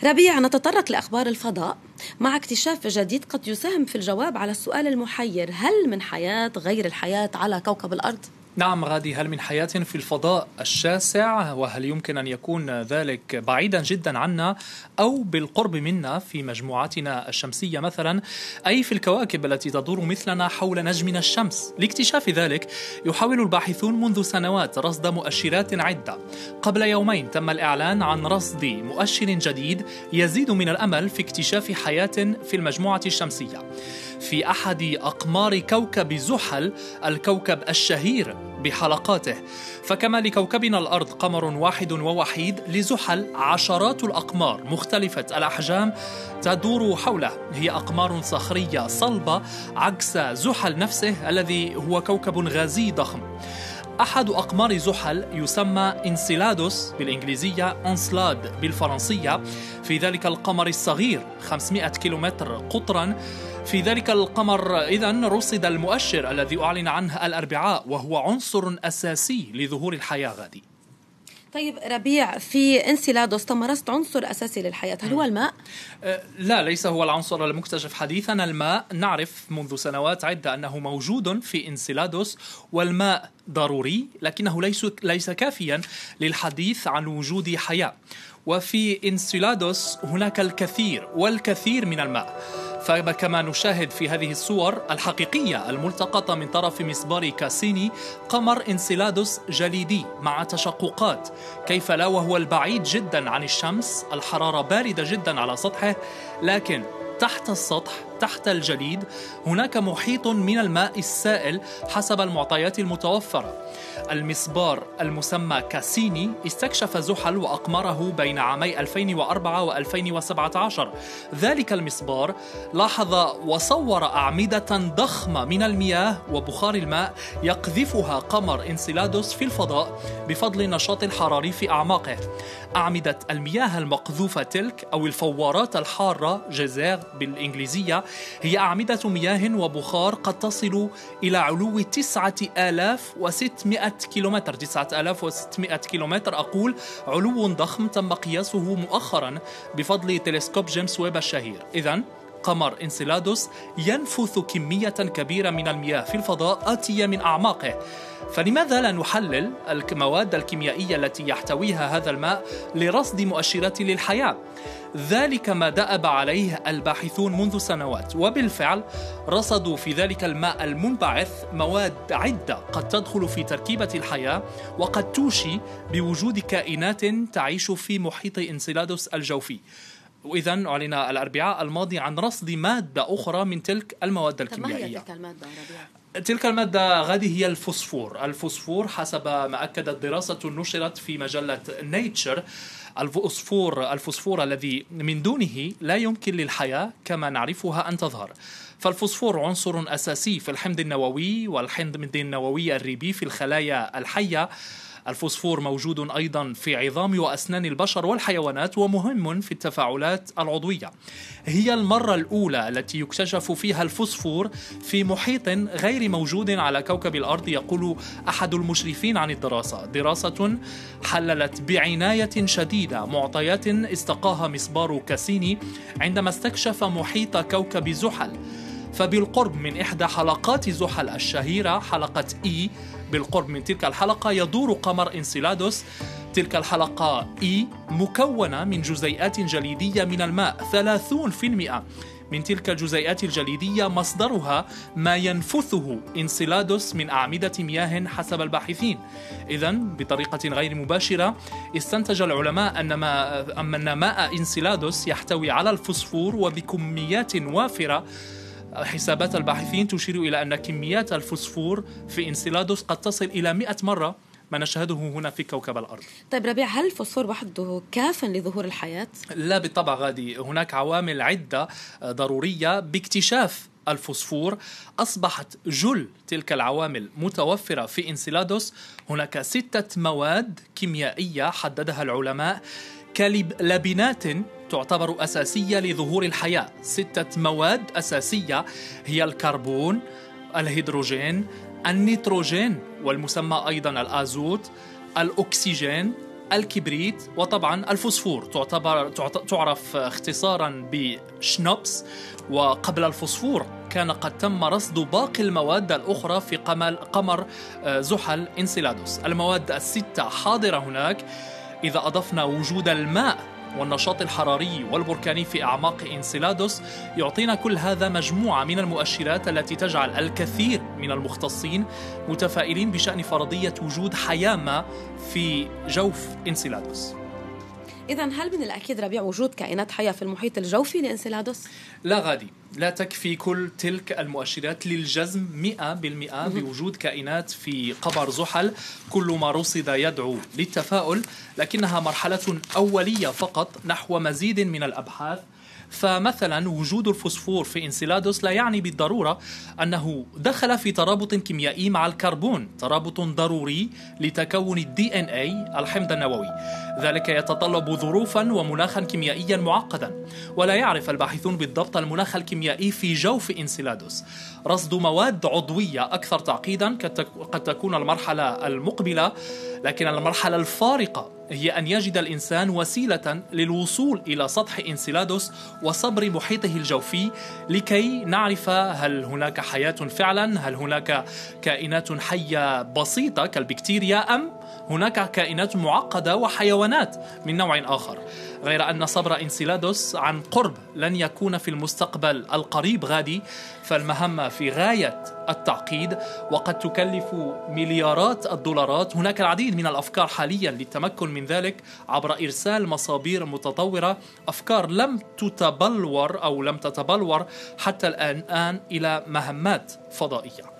ربيع، نتطرق لأخبار الفضاء مع اكتشاف جديد قد يساهم في الجواب على السؤال المحير: هل من حياة غير الحياة على كوكب الأرض؟ نعم غادي، هل من حياة في الفضاء الشاسع؟ وهل يمكن أن يكون ذلك بعيدا جدا عنا أو بالقرب منا في مجموعتنا الشمسية مثلا، أي في الكواكب التي تدور مثلنا حول نجمنا الشمس؟ لاكتشاف ذلك يحاول الباحثون منذ سنوات رصد مؤشرات عدة. قبل يومين تم الإعلان عن رصد مؤشر جديد يزيد من الأمل في اكتشاف حياة في المجموعة الشمسية في أحد أقمار كوكب زحل، الكوكب الشهير بحلقاته. فكما لكوكبنا الأرض قمر واحد ووحيد، لزحل عشرات الأقمار مختلفة الأحجام تدور حوله. هي أقمار صخرية صلبة عكس زحل نفسه الذي هو كوكب غازي ضخم. أحد أقمار زحل يسمى إنسيلادوس بالإنجليزية، أنسلاد بالفرنسية. في ذلك القمر الصغير 500 كيلومتر قطرا، في ذلك القمر إذن رصد المؤشر الذي أعلن عنه الأربعاء، وهو عنصر أساسي لظهور الحياة غادي. طيب ربيع، في انسيلادوس تم رصد عنصر أساسي للحياة، هل هو الماء؟ لا، ليس هو العنصر المكتشف حديثا. الماء نعرف منذ سنوات عدة أنه موجود في انسيلادوس، والماء ضروري، لكنه ليس كافيا للحديث عن وجود حياة. وفي انسيلادوس هناك الكثير والكثير من الماء، فكما نشاهد في هذه الصور الحقيقية الملتقطة من طرف مسبار كاسيني، قمر انسيلادوس جليدي مع تشققات، كيف لا وهو البعيد جدا عن الشمس، الحرارة باردة جدا على سطحه، لكن تحت السطح، تحت الجليد، هناك محيط من الماء السائل حسب المعطيات المتوفرة. المسبار المسمى كاسيني استكشف زحل وأقماره بين عامي 2004 و2017. ذلك المسبار لاحظ وصور أعمدة ضخمة من المياه وبخار الماء يقذفها قمر انسيلادوس في الفضاء بفضل النشاط الحراري في أعماقه. أعمدة المياه المقذوفة تلك، أو الفوارات الحارة جزير بالإنجليزية، هي أعمدة مياه وبخار قد تصل إلى علو 9600 كيلومتر. 9600 كيلومتر، أقول علو ضخم تم قياسه مؤخرا بفضل تلسكوب جيمس ويب الشهير. إذن قمر انسيلادوس ينفث كمية كبيرة من المياه في الفضاء آتية من أعماقه. فلماذا لا نحلل المواد الكيميائية التي يحتويها هذا الماء لرصد مؤشرات للحياة؟ ذلك ما دأب عليه الباحثون منذ سنوات، وبالفعل رصدوا في ذلك الماء المنبعث مواد عدة قد تدخل في تركيبة الحياة، وقد توشي بوجود كائنات تعيش في محيط انسيلادوس الجوفي. وإذن أعلن الأربعاء الماضي عن رصد مادة أخرى من تلك المواد الكيميائية. تلك المادة غادي هي الفوسفور. الفوسفور حسب ما أكدت دراسة نشرت في مجلة نيتشر، الفوسفور الذي من دونه لا يمكن للحياة كما نعرفها أن تظهر. فالفوسفور عنصر أساسي في الحمض النووي والحمض النووي الريبي في الخلايا الحية. الفوسفور موجود أيضا في عظام وأسنان البشر والحيوانات، ومهم في التفاعلات العضوية. هي المرة الأولى التي يكتشف فيها الفوسفور في محيط غير موجود على كوكب الأرض، يقول أحد المشرفين عن الدراسة. دراسة حللت بعناية شديدة معطيات استقاها مسبار كاسيني عندما استكشف محيط كوكب زحل. فبالقرب من إحدى حلقات زحل الشهيرة، حلقة إي، بالقرب من تلك الحلقة يدور قمر انسيلادوس. تلك الحلقة إي مكونة من جزيئات جليدية من الماء. 30% من تلك الجزيئات الجليدية مصدرها ما ينفثه انسيلادوس من أعمدة مياه حسب الباحثين. إذن بطريقة غير مباشرة استنتج العلماء أن ماء انسيلادوس يحتوي على الفوسفور وبكميات وافرة. حسابات الباحثين تشير إلى أن كميات الفوسفور في انسيلادوس قد تصل إلى 100 مرة ما نشاهده هنا في كوكب الأرض. طيب ربيع، هل الفوسفور وحده كاف لظهور الحياة؟ لا بالطبع غادي، هناك عوامل عدة ضرورية باكتشاف الفوسفور. أصبحت جل تلك العوامل متوفرة في انسيلادوس. هناك 6 مواد كيميائية حددها العلماء كلبنات تعتبر أساسية لظهور الحياة. 6 مواد أساسية هي الكربون، الهيدروجين، النيتروجين والمسمى أيضا الأزوت، الأكسجين، الكبريت وطبعا الفوسفور، تعرف اختصارا بشنوبس. وقبل الفوسفور كان قد تم رصد باقي المواد الأخرى في قمر زحل إنسيلادوس. المواد الستة حاضرة هناك. إذا أضفنا وجود الماء والنشاط الحراري والبركاني في أعماق إنسيلادوس، يعطينا كل هذا مجموعة من المؤشرات التي تجعل الكثير من المختصين متفائلين بشأن فرضية وجود حياة ما في جوف إنسيلادوس. إذن هل من الأكيد ربيع وجود كائنات حية في المحيط الجوفي لإنسيلادوس؟ لا غادي، لا تكفي كل تلك المؤشرات للجزم 100% بوجود كائنات في قمر زحل. كل ما رصد يدعو للتفاؤل، لكنها مرحلة أولية فقط نحو مزيد من الأبحاث. فمثلا وجود الفوسفور في إنسيلادوس لا يعني بالضرورة أنه دخل في ترابط كيميائي مع الكربون، ترابط ضروري لتكون DNA الحمض النووي. ذلك يتطلب ظروفا ومناخا كيميائيا معقدا، ولا يعرف الباحثون بالضبط المناخ الكيميائي في جوف إنسيلادوس. رصد مواد عضوية أكثر تعقيدا قد تكون المرحلة المقبلة، لكن المرحلة الفارقة هي أن يجد الإنسان وسيلة للوصول إلى سطح إنسيلادوس وصبر محيطه الجوفي لكي نعرف هل هناك حياة فعلا، هل هناك كائنات حية بسيطة كالبكتيريا، أم هناك كائنات معقدة وحيوانات من نوع آخر. غير أن صبر إنسيلادوس عن قرب لن يكون في المستقبل القريب غادي، فالمهمة في غاية التعقيد وقد تكلف مليارات الدولارات. هناك العديد من الأفكار حاليا للتمكن من ذلك عبر إرسال مصابير متطورة، أفكار لم تتبلور حتى الآن إلى مهمات فضائية.